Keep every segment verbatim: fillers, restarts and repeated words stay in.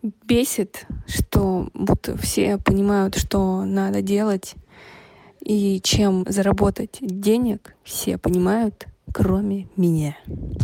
бесит, что будто все понимают, что надо делать и чем заработать денег, все понимают, кроме меня.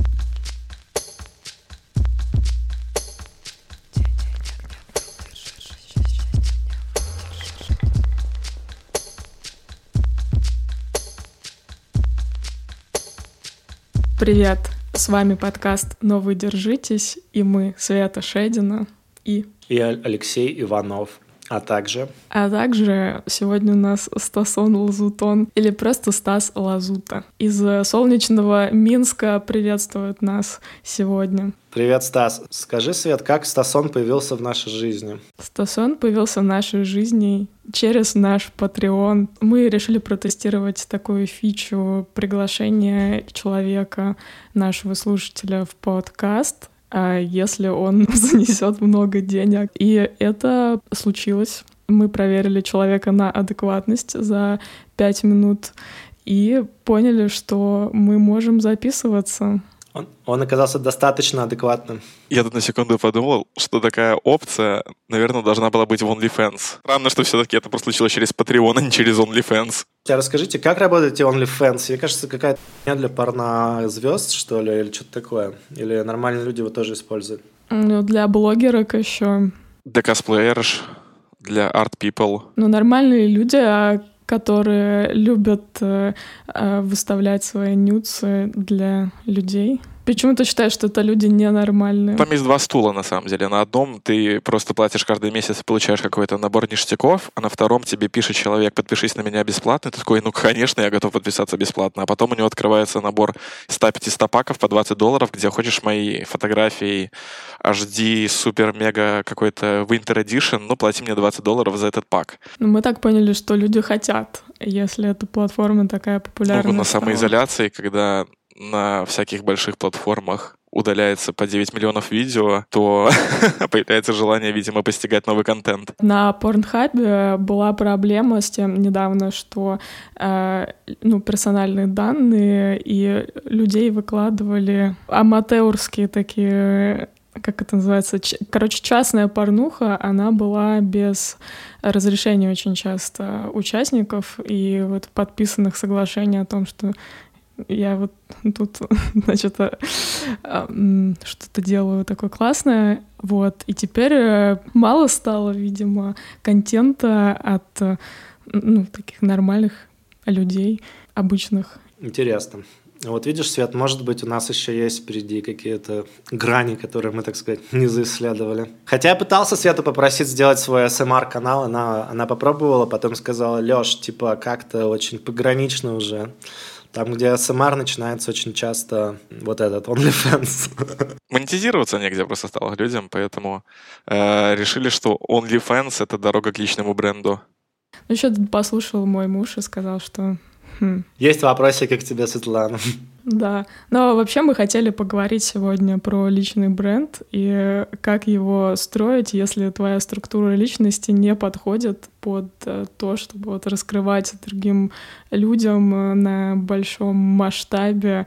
Привет! С вами подкаст «Но вы держитесь», и мы, Света Шедина и... И Алексей Иванов, а также... А также сегодня у нас Стасон Лазутон, или просто Стас Лазута. Из солнечного Минска приветствует нас сегодня. Привет, Стас. Скажи, Свет, как Стасон появился в нашей жизни? Стасон появился в нашей жизни через наш Patreon. Мы решили протестировать такую фичу приглашения человека, нашего слушателя, в подкаст, если он занесет много денег. И это случилось. Мы проверили человека на адекватность за пять минут и поняли, что мы можем записываться. Он, он оказался достаточно адекватным. Я тут на секунду подумал, что такая опция, наверное, должна была быть в OnlyFans. Странно, что все-таки это просто случилось через Patreon, а не через OnlyFans. Расскажите, как работаете OnlyFans? Мне кажется, какая-то хуйня для порнозвезд, что ли, или что-то такое? Или нормальные люди его тоже используют? Ну, для блогерок еще. Для косплеерш, для арт-people. Ну, нормальные люди, которые любят э, выставлять свои нюцы для людей. Почему ты считаешь, что это люди ненормальные? Там есть два стула, на самом деле. На одном ты просто платишь каждый месяц и получаешь какой-то набор ништяков, а на втором тебе пишет человек: подпишись на меня бесплатно. Ты такой: ну, конечно, я готов подписаться бесплатно. А потом у него открывается набор ста пятисот паков по двадцать долларов, где хочешь мои фотографии эйч ди, супер-мега какой-то Winter Edition, ну, плати мне двадцать долларов за этот пак. Ну, мы так поняли, что люди хотят, если эта платформа такая популярная. Ну, на самоизоляции, когда на всяких больших платформах удаляется по девять миллионов видео, то появляется желание, видимо, постигать новый контент. На Pornhub была проблема с тем недавно, что э, ну, персональные данные и людей выкладывали аматорские такие... как это называется, Ч- короче, частная порнуха, она была без разрешения очень часто участников и вот подписанных соглашений о том, что я вот тут, значит, что-то делаю такое классное, вот, и теперь мало стало, видимо, контента от, ну, таких нормальных людей, обычных. Интересно. Вот видишь, Свет, может быть, у нас еще есть впереди какие-то грани, которые мы, так сказать, не заисследовали. Хотя я пытался Свету попросить сделать свой эс эм ар-канал, она, она попробовала, потом сказала: Лёш, типа, как-то очень погранично уже. Там, где эс эм ар начинается очень часто вот этот OnlyFans. Монетизироваться негде просто стало людям, поэтому э, решили, что OnlyFans — это дорога к личному бренду. Ну, еще послушал мой муж и сказал, что... Хм. Есть вопросики к тебе, Светлана. Да, но вообще мы хотели поговорить сегодня про личный бренд и как его строить, если твоя структура личности не подходит под то, чтобы вот раскрывать другим людям на большом масштабе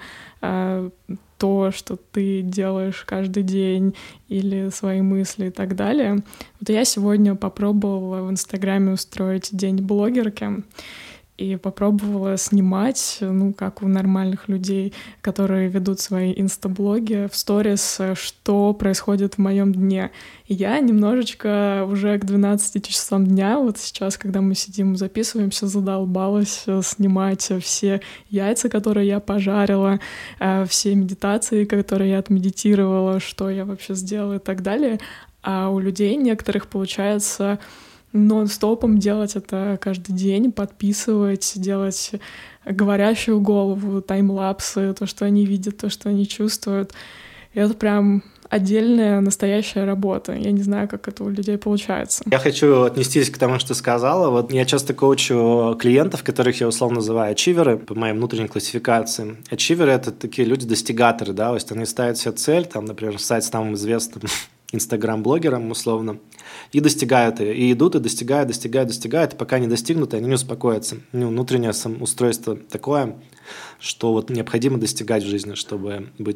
то, что ты делаешь каждый день, или свои мысли и так далее. Вот я сегодня попробовала в Инстаграме устроить день блогерки, и попробовала снимать, ну, как у нормальных людей, которые ведут свои инстаблоги, в сторис, что происходит в моем дне. И я немножечко уже к двенадцати часам дня, вот сейчас, когда мы сидим, записываемся, задолбалась снимать все яйца, которые я пожарила, все медитации, которые я отмедитировала, что я вообще сделала и так далее. А у людей некоторых получается нон-стопом делать это каждый день, подписывать, делать говорящую голову, таймлапсы, то, что они видят, то, что они чувствуют. И это прям отдельная настоящая работа. Я не знаю, как это у людей получается. Я хочу отнестись к тому, что ты сказала. Вот я часто коучу клиентов, которых я условно называю ачиверы, по моей внутренней классификации. Ачиверы — это такие люди-достигаторы, да, то есть они ставят себе цель, там, например, стать самым известным инстаграм-блогером, условно, и достигают ее, и идут, и достигают, достигают, достигают, и пока не достигнут, они не успокоятся. Ну, внутреннее устройство такое, что вот необходимо достигать в жизни, чтобы быть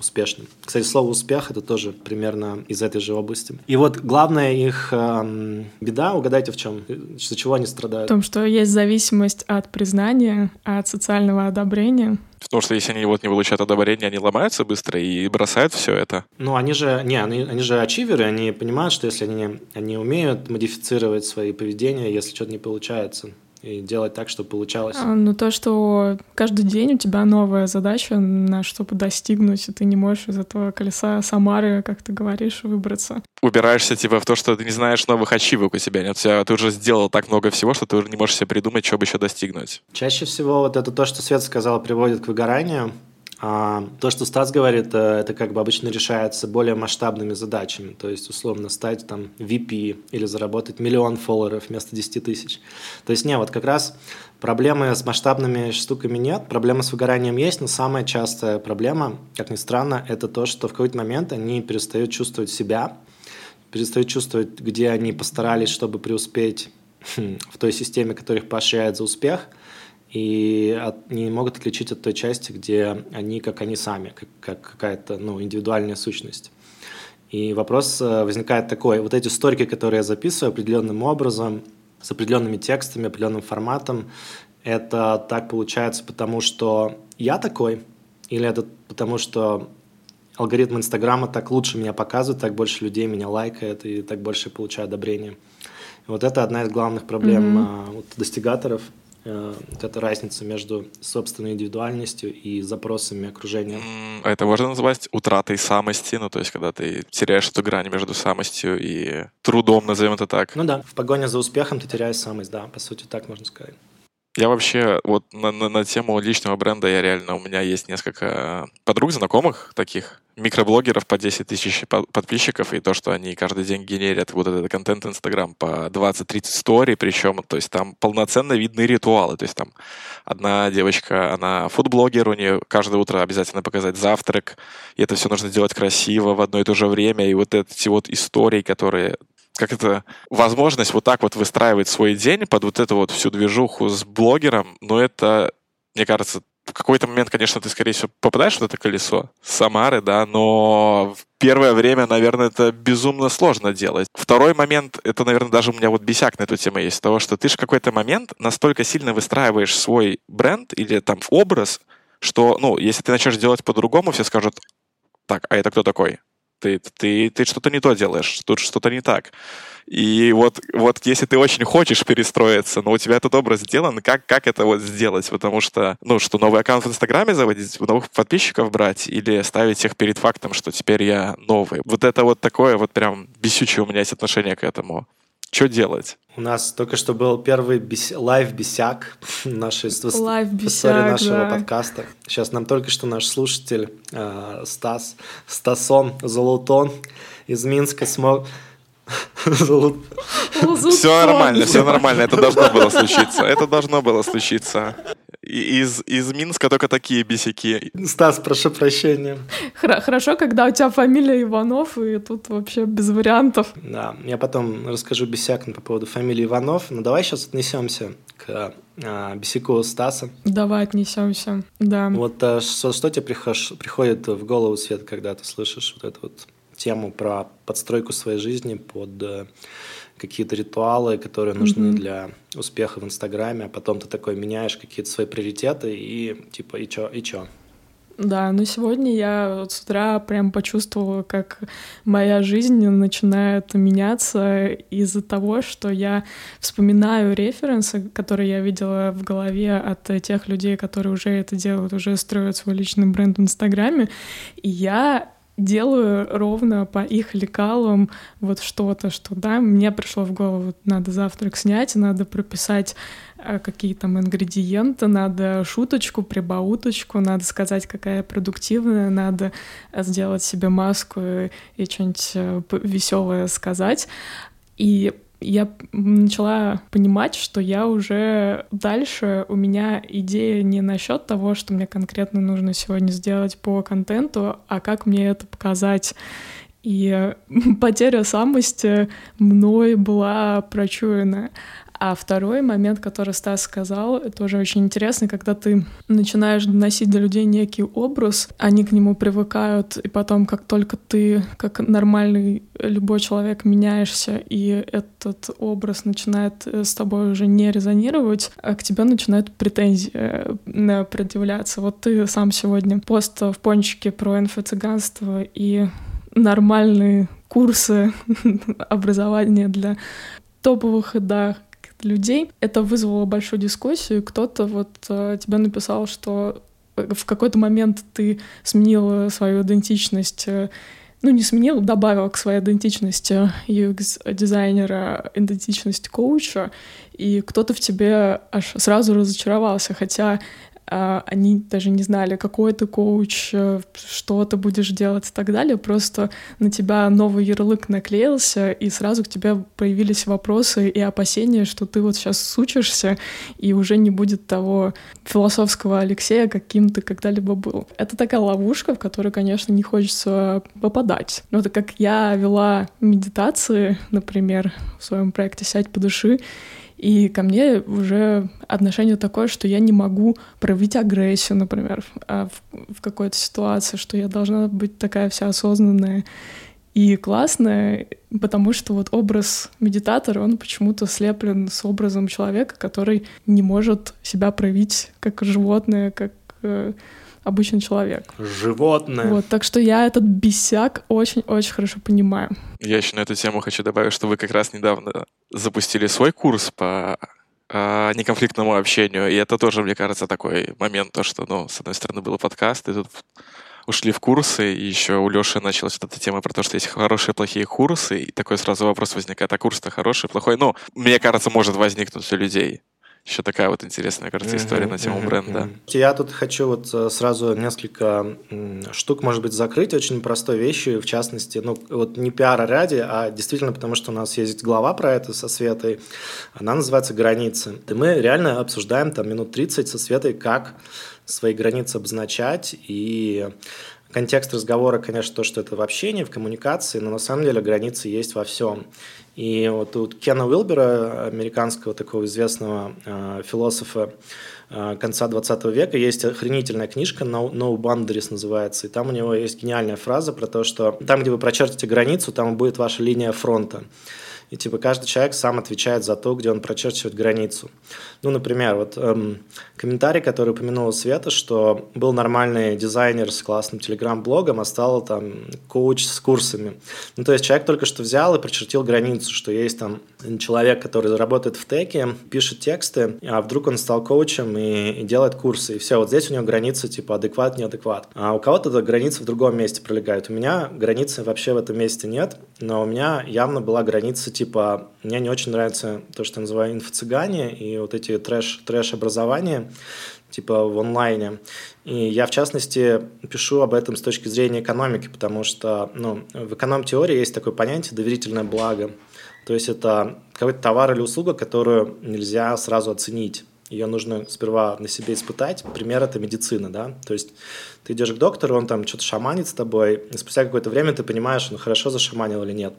успешным. Кстати, слово «успех» — это тоже примерно из этой же области. И вот главная их э, беда, угадайте в чем, из-за чего они страдают? В том, что есть зависимость от признания, от социального одобрения. Потому что если они вот не получают одобрения, они ломаются быстро и бросают все это. Ну, они же, не, они, они же ачиверы, они понимают, что если они, они умеют модифицировать свои поведения, если что-то не получается, и делать так, чтобы получалось. А, ну, то, что каждый день у тебя новая задача, на чтобы достигнуть, и ты не можешь из этого колеса Самары, как ты говоришь, выбраться. Убираешься типа в то, что ты не знаешь новых ачивок у себя. Нет, у тебя, ты уже сделал так много всего, что ты уже не можешь себе придумать, что бы еще достигнуть. Чаще всего вот это то, что Света сказала, приводит к выгоранию. А то, что Стас говорит, это как бы обычно решается более масштабными задачами. То есть, условно, стать там ви пи или заработать миллион фолловеров вместо десяти тысяч. То есть, не, вот как раз проблемы с масштабными штуками нет, проблемы с выгоранием есть, но самая частая проблема, как ни странно, это то, что в какой-то момент они перестают чувствовать себя, перестают чувствовать, где они постарались, чтобы преуспеть в той системе, которая их поощряет за успех, и от, не могут отличить от той части, где они как они сами, как, как какая-то ну, индивидуальная сущность. И вопрос возникает такой. Вот эти сторики, которые я записываю определенным образом, с определенными текстами, определенным форматом, это так получается потому, что я такой, или это потому, что алгоритм Инстаграма так лучше меня показывает, так больше людей меня лайкает, и так больше я получаю одобрение. И вот это одна из главных проблем mm-hmm. вот, достигаторов. Вот эта разница между собственной индивидуальностью и запросами окружения. Это можно назвать утратой самости, ну то есть когда ты теряешь эту грань между самостью и трудом, назовем это так. Ну да, в погоне за успехом ты теряешь самость, да, по сути так можно сказать. Я вообще, вот на, на, на тему личного бренда, я реально, у меня есть несколько подруг, знакомых таких, микроблогеров по десять тысяч подписчиков, и то, что они каждый день генерят вот этот контент Инстаграм по двадцать-тридцать историй, причем, то есть там полноценно видны ритуалы, то есть там одна девочка, она фудблогер, у нее каждое утро обязательно показать завтрак, и это все нужно делать красиво в одно и то же время, и вот эти вот истории, которые... как это, возможность вот так вот выстраивать свой день под вот эту вот всю движуху с блогером, но это, мне кажется, в какой-то момент, конечно, ты, скорее всего, попадаешь в это колесо Самары, да, но в первое время, наверное, это безумно сложно делать. Второй момент, это, наверное, даже у меня вот бесяк на эту тему есть, того, что ты же в какой-то момент настолько сильно выстраиваешь свой бренд или там образ, что, ну, если ты начнешь делать по-другому, все скажут, так, а это кто такой? Ты, ты, ты что-то не то делаешь, тут что-то не так. И вот, вот если ты очень хочешь перестроиться, но у тебя этот образ сделан, как, как это вот сделать? Потому что, ну, что новый аккаунт в Инстаграме заводить, новых подписчиков брать или ставить их перед фактом, что теперь я новый. Вот это вот такое вот прям бесючее у меня есть отношение к этому. Что делать? У нас только что был первый бес... лайв-бесяк нашей лайв в истории нашего да. подкаста. Сейчас нам только что наш слушатель э, Стас, Стасон Золотон из Минска смог... Все нормально, все нормально. Это должно было случиться. Это должно было случиться. Из, из Минска только такие бесяки. Стас, прошу прощения. Хорошо, когда у тебя фамилия Иванов, и тут вообще без вариантов. Да, я потом расскажу бесяк по поводу фамилии Иванов. Но давай сейчас отнесемся к а, бесяку Стаса. Давай отнесемся, да. Вот а, что, что тебе прихож, приходит в голову, Свет, когда ты слышишь вот эту вот тему про подстройку своей жизни под э, какие-то ритуалы, которые нужны mm-hmm. для успеха в Инстаграме, а потом ты такой меняешь какие-то свои приоритеты и типа и чё, и чё? Да, но сегодня я вот с утра прям почувствовала, как моя жизнь начинает меняться из-за того, что я вспоминаю референсы, которые я видела в голове от тех людей, которые уже это делают, уже строят свой личный бренд в Инстаграме, и я делаю ровно по их лекалам вот что-то, что, да, мне пришло в голову, надо завтрак снять, надо прописать а, какие там ингредиенты, надо шуточку, прибауточку, надо сказать, какая я продуктивная, надо сделать себе маску и, и что-нибудь веселое сказать. И я начала понимать, что я уже дальше, у меня идея не насчет того, что мне конкретно нужно сегодня сделать по контенту, а как мне это показать. И потеря самости мной была прочуяна. А второй момент, который Стас сказал, тоже очень интересный, когда ты начинаешь доносить до людей некий образ, они к нему привыкают, и потом, как только ты, как нормальный любой человек, меняешься, и этот образ начинает с тобой уже не резонировать, а к тебе начинают претензии предъявляться. Вот ты сам сегодня пост в Пончике про инфо-цыганство и нормальные курсы образования для топовых, да, людей. Это вызвало большую дискуссию. Кто-то вот э, тебе написал, что в какой-то момент ты сменила свою идентичность, э, ну, не сменила, добавила к своей идентичности ю экс-дизайнера идентичность коуча, и кто-то в тебе аж сразу разочаровался, хотя Uh, они даже не знали, какой ты коуч, что ты будешь делать и так далее. Просто на тебя новый ярлык наклеился, и сразу к тебе появились вопросы и опасения, что ты вот сейчас сучишься, и уже не будет того философского Алексея, каким ты когда-либо был. Это такая ловушка, в которую, конечно, не хочется попадать. Но это как я вела медитации, например, в своем проекте «Сядь по души», и ко мне уже отношение такое, что я не могу проявить агрессию, например, в, в какой-то ситуации, что я должна быть такая вся осознанная и классная, потому что вот образ медитатора, он почему-то слеплен с образом человека, который не может себя проявить как животное, как обычный человек. Животное. Вот, так что я этот бесяк очень-очень хорошо понимаю. Я еще на эту тему хочу добавить, что вы как раз недавно запустили свой курс по э, неконфликтному общению, и это тоже, мне кажется, такой момент, то, что, ну, с одной стороны, был подкаст, и тут ушли в курсы, и еще у Леши началась вот эта тема про то, что есть хорошие и плохие курсы, и такой сразу вопрос возникает, а курс-то хороший, плохой? Ну, мне кажется, может возникнуть у людей. Еще такая вот интересная, кажется, история uh-huh, на тему uh-huh, бренда. Uh-huh. Я тут хочу вот сразу несколько штук, может быть, закрыть очень простой вещью, в частности, ну, вот не пиара ради, а действительно потому, что у нас есть глава про это со Светой, она называется «Границы». И мы реально обсуждаем там минут тридцать со Светой, как свои границы обозначать, и контекст разговора, конечно, то, что это в общении, в коммуникации, но на самом деле границы есть во всем. И вот у Кена Уилбера, американского такого известного э, философа э, конца двадцатого века, есть охренительная книжка No, No Boundaries называется, и там у него есть гениальная фраза про то, что там, где вы прочертите границу, там будет ваша линия фронта. И типа каждый человек сам отвечает за то, где он прочерчивает границу. Ну, например, вот эм, комментарий, который упомянула Света, что был нормальный дизайнер с классным телеграм-блогом, а стал там коуч с курсами. Ну, то есть человек только что взял и прочертил границу, что есть там человек, который работает в теке, пишет тексты, а вдруг он стал коучем и, и делает курсы. И все, вот здесь у него граница типа адекват, неадекват. А у кого-то эта граница в другом месте пролегает. У меня границы вообще в этом месте нет, но у меня явно была граница типа, мне не очень нравится то, что я называю инфо-цыгане и вот эти трэш, трэш-образования, типа в онлайне. И я, в частности, пишу об этом с точки зрения экономики, потому что ну, в эконом-теории есть такое понятие «доверительное благо». То есть это какой-то товар или услуга, которую нельзя сразу оценить. Ее нужно сперва на себе испытать. Пример – это медицина, да. То есть ты идешь к доктору, он там что-то шаманит с тобой, и спустя какое-то время ты понимаешь, он хорошо зашаманил или нет.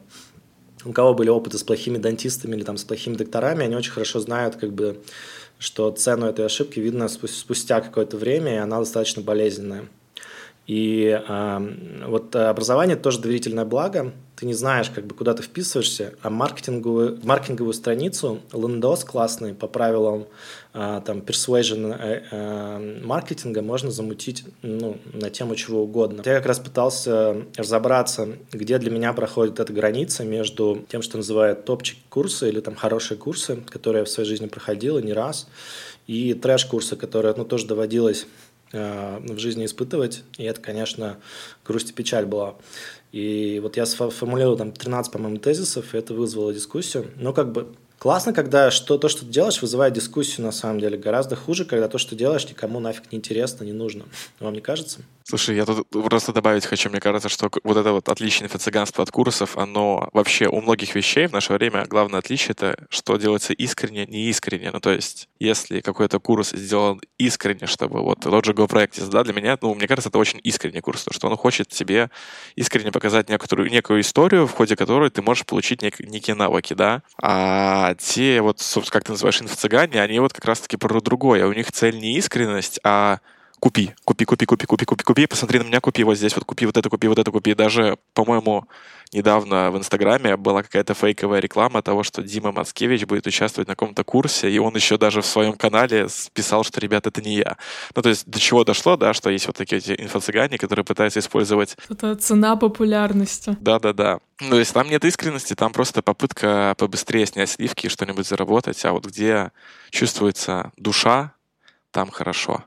У кого были опыты с плохими дантистами или там, с плохими докторами, они очень хорошо знают, как бы, что цену этой ошибки видно спустя какое-то время, и она достаточно болезненная. И э, вот образование тоже доверительное благо. Ты не знаешь, как бы, куда ты вписываешься, а маркетинговую, маркетинговую страницу, лендос классный по правилам э, там, persuasion э, э, маркетинга можно замутить ну, на тему чего угодно. Я как раз пытался разобраться, где для меня проходит эта граница между тем, что называют топчик курсы или там хорошие курсы, которые я в своей жизни проходил и не раз, и трэш-курсы, которые ну, тоже доводилось в жизни испытывать, и это, конечно, грусть и печаль была. И вот я сформулировал там тринадцать, по-моему, тезисов, и это вызвало дискуссию. Но как бы классно, когда что, то, что ты делаешь, вызывает дискуссию на самом деле. Гораздо хуже, когда то, что делаешь, никому нафиг не интересно, не нужно. Вам не кажется? Слушай, я тут просто добавить хочу, мне кажется, что вот это вот отличие инфо-цыганства от курсов, оно вообще у многих вещей в наше время, главное отличие — это что делается искренне, не искренне. Ну, то есть, если какой-то курс сделан искренне, чтобы вот Logic Go Practice, да, для меня, ну, мне кажется, это очень искренний курс, то, что он хочет тебе искренне показать некоторую, некую историю, в ходе которой ты можешь получить нек- некие навыки, да. А А те, вот, собственно, как ты называешь, инфо-цыгане, они вот как раз-таки про другое. У них цель не искренность, а купи, купи, купи, купи, купи, купи, купи, посмотри на меня, купи вот здесь, вот купи вот это, купи вот это, купи. Даже, по-моему, недавно в Инстаграме была какая-то фейковая реклама того, что Дима Мацкевич будет участвовать на каком-то курсе, и он еще даже в своем канале писал, что, ребят, это не я. Ну, то есть до чего дошло, да, что есть вот такие эти инфо-цыгане, которые пытаются использовать... Это цена популярности. Да-да-да. Ну, то есть там нет искренности, там просто попытка побыстрее снять сливки и что-нибудь заработать, а вот где чувствуется душа, там хорошо.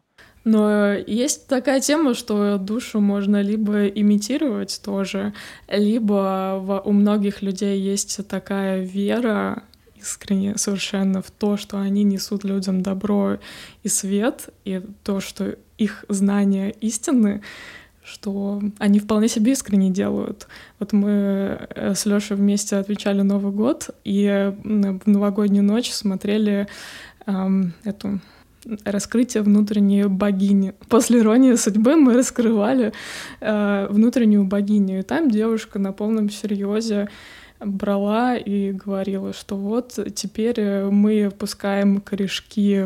Но есть такая тема, что душу можно либо имитировать тоже, либо в, у многих людей есть такая вера искренне совершенно в то, что они несут людям добро и свет, и то, что их знания истинны, что они вполне себе искренне делают. Вот мы с Лёшей вместе отвечали Новый год, и в новогоднюю ночь смотрели эм, эту... раскрытие внутренней богини. После иронии судьбы мы раскрывали э, внутреннюю богиню. И там девушка на полном серьезе брала и говорила, что вот теперь мы пускаем корешки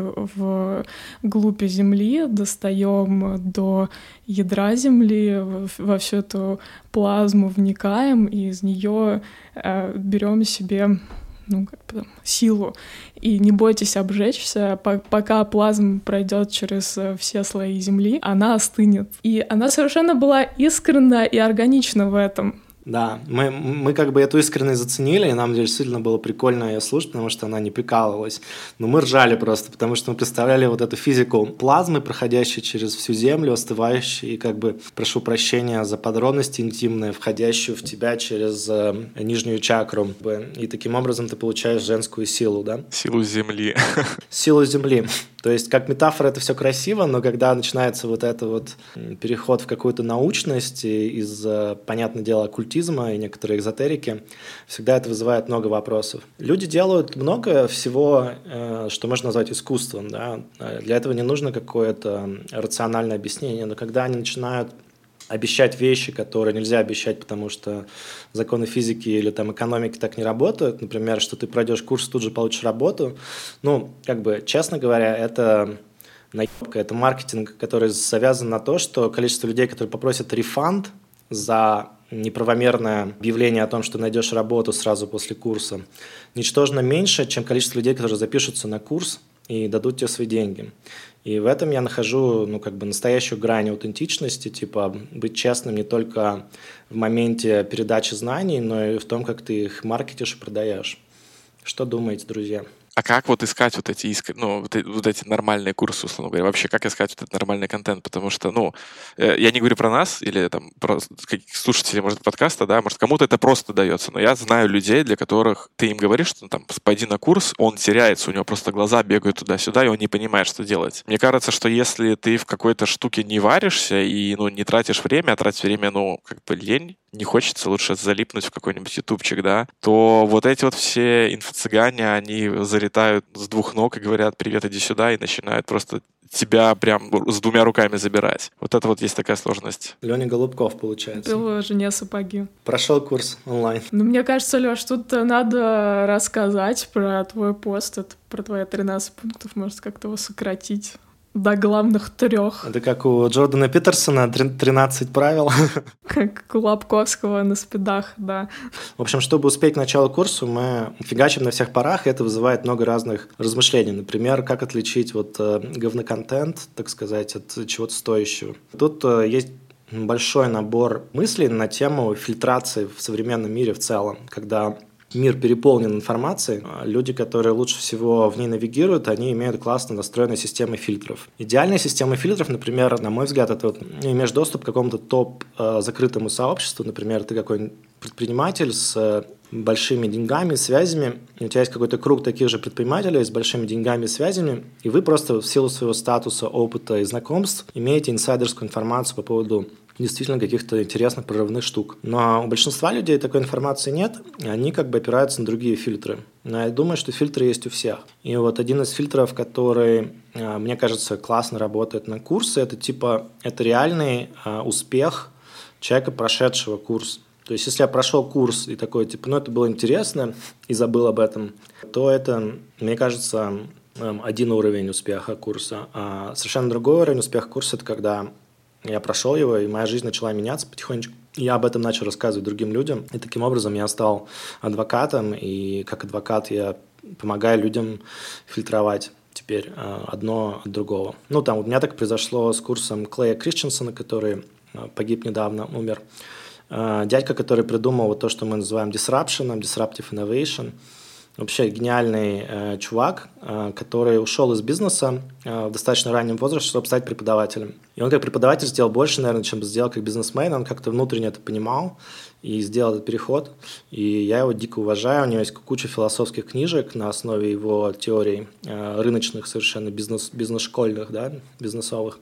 в глубь земли, достаем до ядра земли, во всю эту плазму вникаем, и из нее э, берем себе ну, как бы, силу. И не бойтесь обжечься, пока плазма пройдет через все слои Земли, она остынет. И она совершенно была искренна и органична в этом. Да, мы, мы как бы эту искренность заценили, и нам действительно было прикольно ее слушать, потому что она не прикалывалась. Но мы ржали просто, потому что мы представляли вот эту физику плазмы, проходящей через всю Землю, остывающей, и как бы, прошу прощения за подробности интимные, входящую в тебя через э, нижнюю чакру. И таким образом ты получаешь женскую силу, да? Силу Земли. Силу Земли. То есть, как метафора, это все красиво, но когда начинается вот этот вот переход в какую-то научность из, понятное дело, оккультизма и некоторой эзотерики, всегда это вызывает много вопросов. Люди делают много всего, что можно назвать искусством, да? Для этого не нужно какое-то рациональное объяснение, но когда они начинают обещать вещи, которые нельзя обещать, потому что законы физики или там экономики так не работают. Например, что ты пройдешь курс, тут же получишь работу. Ну, как бы, честно говоря, это наебка, это маркетинг, который завязан на то, что количество людей, которые попросят рефанд за неправомерное объявление о том, что найдешь работу сразу после курса, ничтожно меньше, чем количество людей, которые запишутся на курс и дадут тебе свои деньги. И в этом я нахожу, ну, как бы настоящую грань аутентичности, типа быть честным не только в моменте передачи знаний, но и в том, как ты их маркетишь и продаешь. Что думаете, друзья? А как вот искать вот эти, иск... ну, вот, эти, вот эти нормальные курсы, условно говоря? Вообще, как искать вот этот нормальный контент? Потому что, ну, э, я не говорю про нас или там про слушателей, может, подкаста, да, может, кому-то это просто дается, но я знаю людей, для которых ты им говоришь, что там, пойди на курс, он теряется, у него просто глаза бегают туда-сюда, и он не понимает, что делать. Мне кажется, что если ты в какой-то штуке не варишься и, ну, не тратишь время, а тратить время, ну, как бы лень, не хочется, лучше залипнуть в какой-нибудь ютубчик, да, то вот эти вот все инфо-цыгане, они залетают с двух ног и говорят: привет, иди сюда, и начинают просто тебя прям с двумя руками забирать. Вот это вот есть такая сложность. Леня Голубков, получается. Был жене сапоги. Прошел курс онлайн. Ну, мне кажется, Лёш, тут надо рассказать про твой пост, это про твои тринадцать пунктов, может, как-то его сократить до главных трех. Это как у Джордана Питерсона тринадцать правил. Как у Лобковского на спидах, да. В общем, чтобы успеть к началу курса, мы фигачим на всех парах, и это вызывает много разных размышлений. Например, как отличить вот говноконтент, так сказать, от чего-то стоящего. Тут есть большой набор мыслей на тему фильтрации в современном мире в целом, когда мир переполнен информацией, люди, которые лучше всего в ней навигируют, они имеют классно настроенные системы фильтров. Идеальная система фильтров, например, на мой взгляд, это вот имеешь доступ к какому-то топ-закрытому сообществу, например, ты какой-нибудь предприниматель с большими деньгами, связями, у тебя есть какой-то круг таких же предпринимателей с большими деньгами и связями, и вы просто в силу своего статуса, опыта и знакомств имеете инсайдерскую информацию по поводу действительно каких-то интересных прорывных штук. Но у большинства людей такой информации нет, и они как бы опираются на другие фильтры. Но я думаю, что фильтры есть у всех. И вот один из фильтров, который, мне кажется, классно работает на курсы, это типа, это реальный успех человека, прошедшего курс. То есть, если я прошел курс и такой, типа, ну, это было интересно, и забыл об этом, то это, мне кажется, один уровень успеха курса. А совершенно другой уровень успеха курса – это когда я прошел его, и моя жизнь начала меняться потихонечку. И я об этом начал рассказывать другим людям. И таким образом я стал адвокатом, и как адвокат я помогаю людям фильтровать теперь одно от другого. Ну, там у меня так произошло с курсом Клея Кришченсена, который погиб недавно, умер. Дядька, который придумал вот то, что мы называем disruption, disruptive innovation. Вообще гениальный э, чувак, э, который ушел из бизнеса э, в достаточно раннем возрасте, чтобы стать преподавателем. И он как преподаватель сделал больше, наверное, чем сделал как бизнесмен. Он как-то внутренне это понимал и сделал этот переход. И я его дико уважаю. У него есть куча философских книжек на основе его теорий э, рыночных, совершенно бизнес, бизнес-школьных, да, бизнесовых.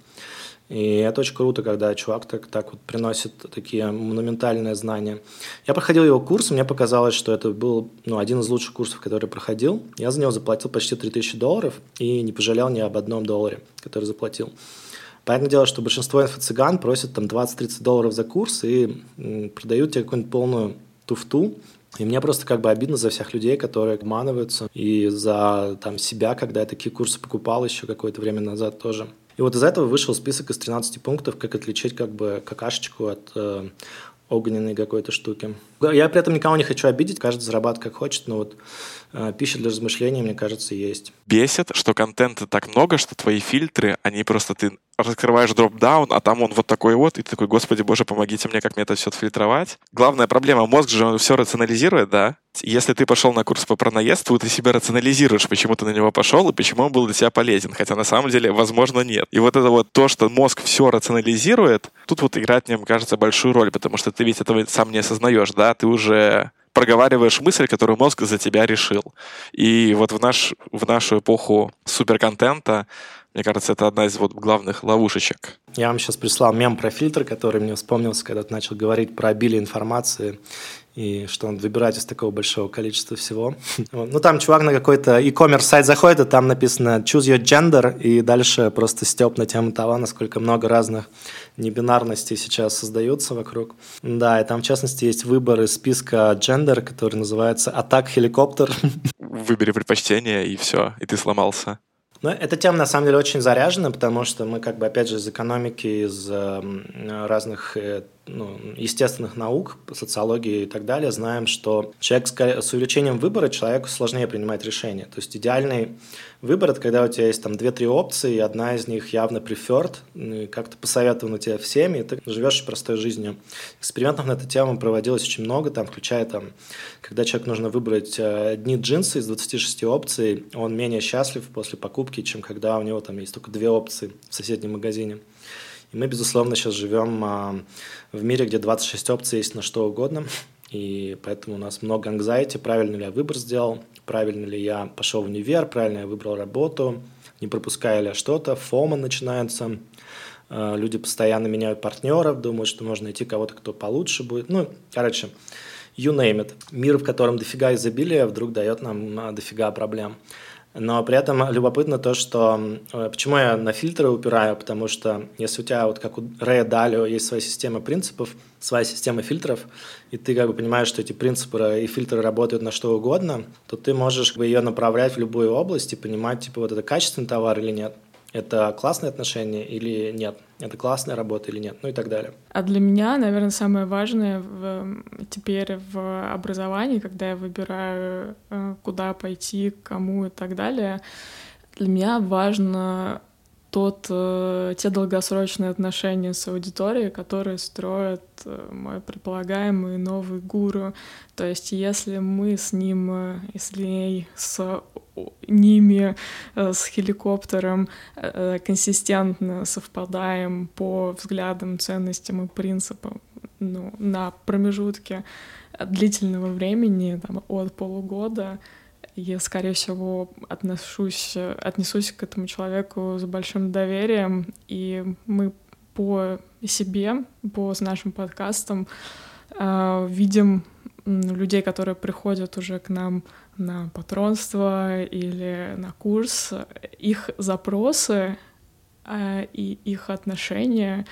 И это очень круто, когда чувак так, так вот приносит такие монументальные знания. Я проходил его курс, и мне показалось, что это был ну, один из лучших курсов, который я проходил. Я за него заплатил почти три тысячи долларов и не пожалел ни об одном долларе, который заплатил. Понятное дело, что большинство инфо-цыган просят там двадцать-тридцать долларов за курс и м, продают тебе какую-нибудь полную туфту. И мне просто как бы обидно за всех людей, которые обманываются, и за там, себя, когда я такие курсы покупал еще какое-то время назад тоже. И вот из этого вышел список из тринадцати пунктов, как отличить как бы какашечку от э, огненной какой-то штуки. Я при этом никого не хочу обидеть, каждый зарабатывает как хочет, но вот э, пища для размышлений, мне кажется, есть. Бесит, что контента так много, что твои фильтры, они просто ты раскрываешь дроп-даун, а там он вот такой вот, и ты такой, господи боже, помогите мне, как мне это все отфильтровать. Главная проблема, мозг же он все рационализирует, да? Если ты пошел на курс по праноедству, ты себя рационализируешь, почему ты на него пошел и почему он был для тебя полезен, хотя на самом деле, возможно, нет. И вот это вот то, что мозг все рационализирует, тут вот играет, мне кажется, большую роль, потому что ты ведь этого сам не осознаешь, да? Ты уже проговариваешь мысль, которую мозг за тебя решил. И вот в, наш, в нашу эпоху суперконтента, мне кажется, это одна из вот главных ловушечек. Я вам сейчас прислал мем про фильтр, который мне вспомнился, когда ты начал говорить про обилие информации и что он выбирает из такого большого количества всего. Ну, там чувак на какой-то e-commerce сайт заходит, и там написано «choose your gender», и дальше просто стёб на тему того, насколько много разных небинарностей сейчас создаются вокруг. Да, и там, в частности, есть выбор из списка gender, который называется «Атак helicopter». Выбери предпочтение, и все, и ты сломался. Ну, эта тема, на самом деле, очень заряжена, потому что мы, как бы, опять же, из экономики, из э, разных э, ну, естественных наук, социологии и так далее, знаем, что человек с увеличением выбора человеку сложнее принимать решения. То есть идеальный выбор – это когда у тебя есть там две-три опции, и одна из них явно preferred, ну, как-то посоветована тебе всеми, и ты живешь простой жизнью. Экспериментов на эту тему проводилось очень много, там, включая, там, когда человеку нужно выбрать одни джинсы из двадцати шести опций, он менее счастлив после покупки, чем когда у него там есть только две опции в соседнем магазине. И мы, безусловно, сейчас живем а, в мире, где двадцать шесть опций есть на что угодно, и поэтому у нас много anxiety, правильно ли я выбор сделал, правильно ли я пошел в универ, правильно я выбрал работу, не пропускаю ли я что-то, фома начинается, а, люди постоянно меняют партнеров, думают, что можно найти кого-то, кто получше будет. Ну, короче, you name it. Мир, в котором дофига изобилия, вдруг дает нам дофига проблем. Но при этом любопытно то, что... Почему я на фильтры упираю? Потому что если у тебя, вот как у Рэя Далио, есть своя система принципов, своя система фильтров, и ты как бы понимаешь, что эти принципы и фильтры работают на что угодно, то ты можешь как бы ее направлять в любую область и понимать, типа, вот это качественный товар или нет. Это классные отношения или нет? Это классная работа или нет? Ну и так далее. А для меня, наверное, самое важное в, теперь в образовании, когда я выбираю, куда пойти, кому и так далее, для меня важно тот, те долгосрочные отношения с аудиторией, которые строит мой предполагаемый новый гуру. То есть если мы с ним, если с ними, с хеликоптером консистентно совпадаем по взглядам, ценностям и принципам, ну, на промежутке длительного времени, там, от полугода, я, скорее всего, отношусь, отнесусь к этому человеку с большим доверием, и мы по себе, по нашим подкастам э, видим людей, которые приходят уже к нам на патронство или на курс, их запросы э, и их отношения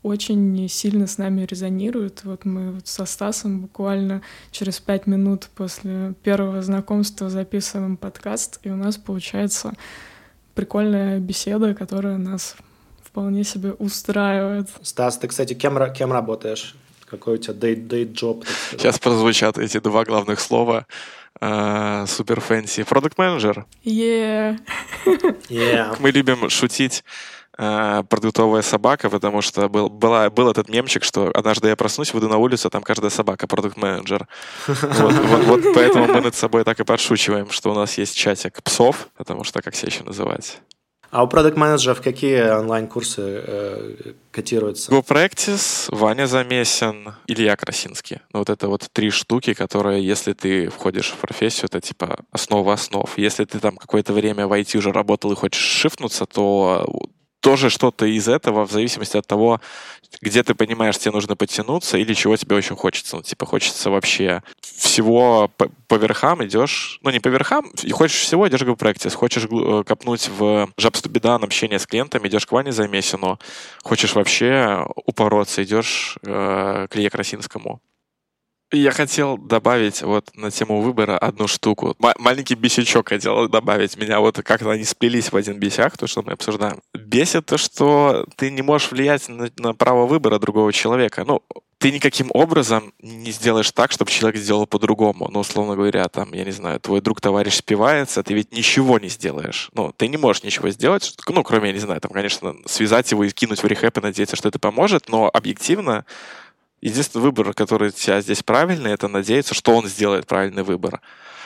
очень сильно с нами резонирует. Вот мы вот со Стасом буквально через пять минут после первого знакомства записываем подкаст, и у нас получается прикольная беседа, которая нас вполне себе устраивает. Стас, ты, кстати, кем, кем работаешь? Какой у тебя дейт-джоб? Сейчас прозвучат эти два главных слова. Супер фэнси. Продакт-менеджер. Yeah. Yeah. Мы любим шутить продуктовая собака, потому что был, была, был этот мемчик, что однажды я проснусь, выйду на улицу, а там каждая собака продукт-менеджер. Вот, вот, вот поэтому мы над собой так и подшучиваем, что у нас есть чатик псов, потому что как себя еще называть. А у продакт-менеджеров какие онлайн-курсы э, котируются? Go Practice, Ваня Замесин, Илья Красинский. Ну, вот это вот три штуки, которые, если ты входишь в профессию, это типа основа основ. Если ты там какое-то время в ай ти уже работал и хочешь шифнуться, то тоже что-то из этого, в зависимости от того, где ты понимаешь, тебе нужно подтянуться или чего тебе очень хочется. Ну, типа, хочется вообще всего по, по верхам идешь, ну, не по верхам, и хочешь всего, идешь в Go Practice. Хочешь копнуть в Jobs to be done, общение с клиентами, идешь к Ване Замесину. Хочешь вообще упороться, идешь э, к Илье Красинскому. Я хотел добавить вот на тему выбора одну штуку. М- маленький бесячок хотел добавить. Меня вот как-то они сплелись в один бесяк, то, что мы обсуждаем. Бесит то, что ты не можешь влиять на, на право выбора другого человека. Ну, ты никаким образом не сделаешь так, чтобы человек сделал по-другому. Ну, условно говоря, там, я не знаю, твой друг-товарищ спивается, ты ведь ничего не сделаешь. Ну, ты не можешь ничего сделать, ну, кроме, я не знаю, там, конечно, связать его и кинуть в рехэп и надеяться, что это поможет, но объективно единственный выбор, который у тебя здесь правильный, это надеяться, что он сделает правильный выбор.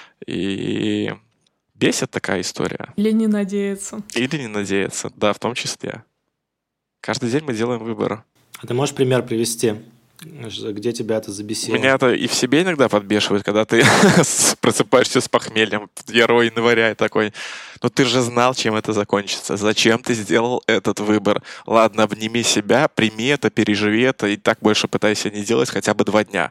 И бесит такая история. Или не надеяться. Или не надеяться, да, в том числе. Каждый день мы делаем выбор. А ты можешь пример привести? Где тебя это забесило? Меня это и в себе иногда подбешивает, когда ты просыпаешься с похмельем, герой января и такой, ну ты же знал, чем это закончится. Зачем ты сделал этот выбор? Ладно, обними себя, прими это, переживи это, и так больше пытайся не делать хотя бы два дня.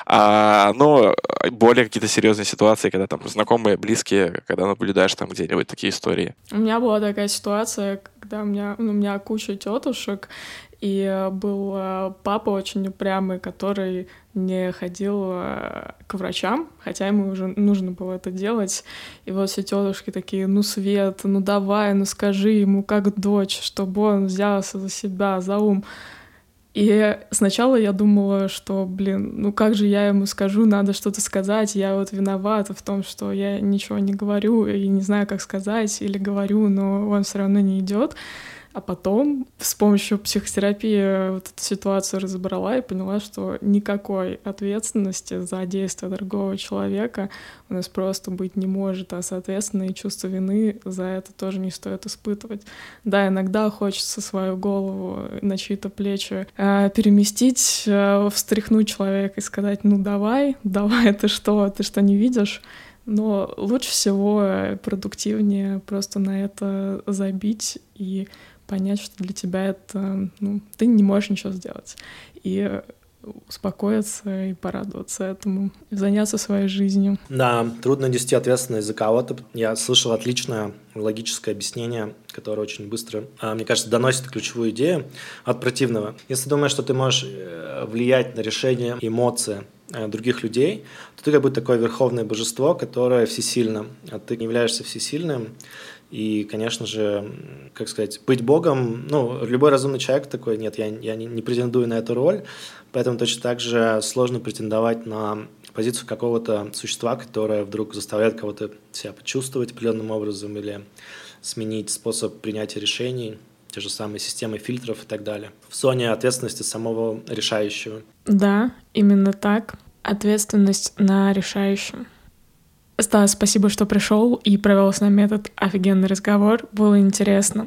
А, но более какие-то серьезные ситуации, когда там знакомые, близкие, когда наблюдаешь там где-нибудь такие истории. У меня была такая ситуация, когда у меня, ну, у меня куча тетушек, и был папа очень упрямый, который не ходил к врачам, хотя ему уже нужно было это делать. И вот все тетушки такие: ну, Свет, ну давай, ну скажи ему как дочь, чтобы он взялся за себя, за ум. И сначала я думала, что, блин, ну как же я ему скажу, надо что-то сказать, я вот виновата в том, что я ничего не говорю и не знаю, как сказать, или говорю, но он все равно не идет. А потом с помощью психотерапии вот эту ситуацию разобрала и поняла, что никакой ответственности за действия другого человека у нас просто быть не может, а, соответственно, и чувство вины за это тоже не стоит испытывать. Да, иногда хочется свою голову на чьи-то плечи э, переместить, э, встряхнуть человека и сказать: ну давай, давай, ты что, ты что, не видишь? Но лучше всего, продуктивнее просто на это забить и понять, что для тебя это, ну, ты не можешь ничего сделать. И успокоиться и порадоваться этому, и заняться своей жизнью. Да, трудно нести ответственность за кого-то. Я слышал отличное логическое объяснение, которое очень быстро, мне кажется, доносит ключевую идею от противного. Если думаешь, что ты можешь влиять на решение, эмоции других людей, то ты как будто такое верховное божество, которое всесильно, а ты не являешься всесильным. И, конечно же, как сказать, быть Богом, ну, любой разумный человек такой: нет, я, я не, не претендую на эту роль, поэтому точно так же сложно претендовать на позицию какого-то существа, которое вдруг заставляет кого-то себя почувствовать определенным образом или сменить способ принятия решений, те же самые системы фильтров и так далее. В зоне ответственности самого решающего. Да, именно так. Ответственность на решающем. Стас, спасибо, что пришел и провел с нами этот офигенный разговор. Было интересно.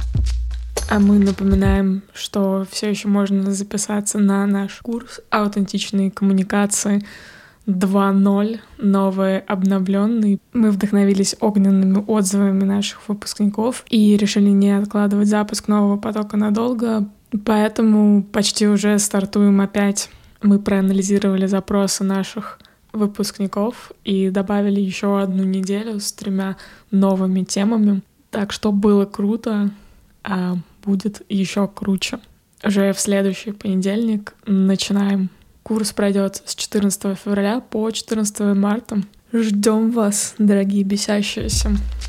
А мы напоминаем, что все еще можно записаться на наш курс «Аутентичные коммуникации два ноль», новый, обновленный. Мы вдохновились огненными отзывами наших выпускников и решили не откладывать запуск нового потока надолго, поэтому почти уже стартуем опять. Мы проанализировали запросы наших выпускников и добавили еще одну неделю с тремя новыми темами. Так что было круто, а будет еще круче. уже в следующий понедельник начинаем. Курс пройдет с четырнадцатого февраля по четырнадцатого марта. Ждем вас, дорогие бесящиеся.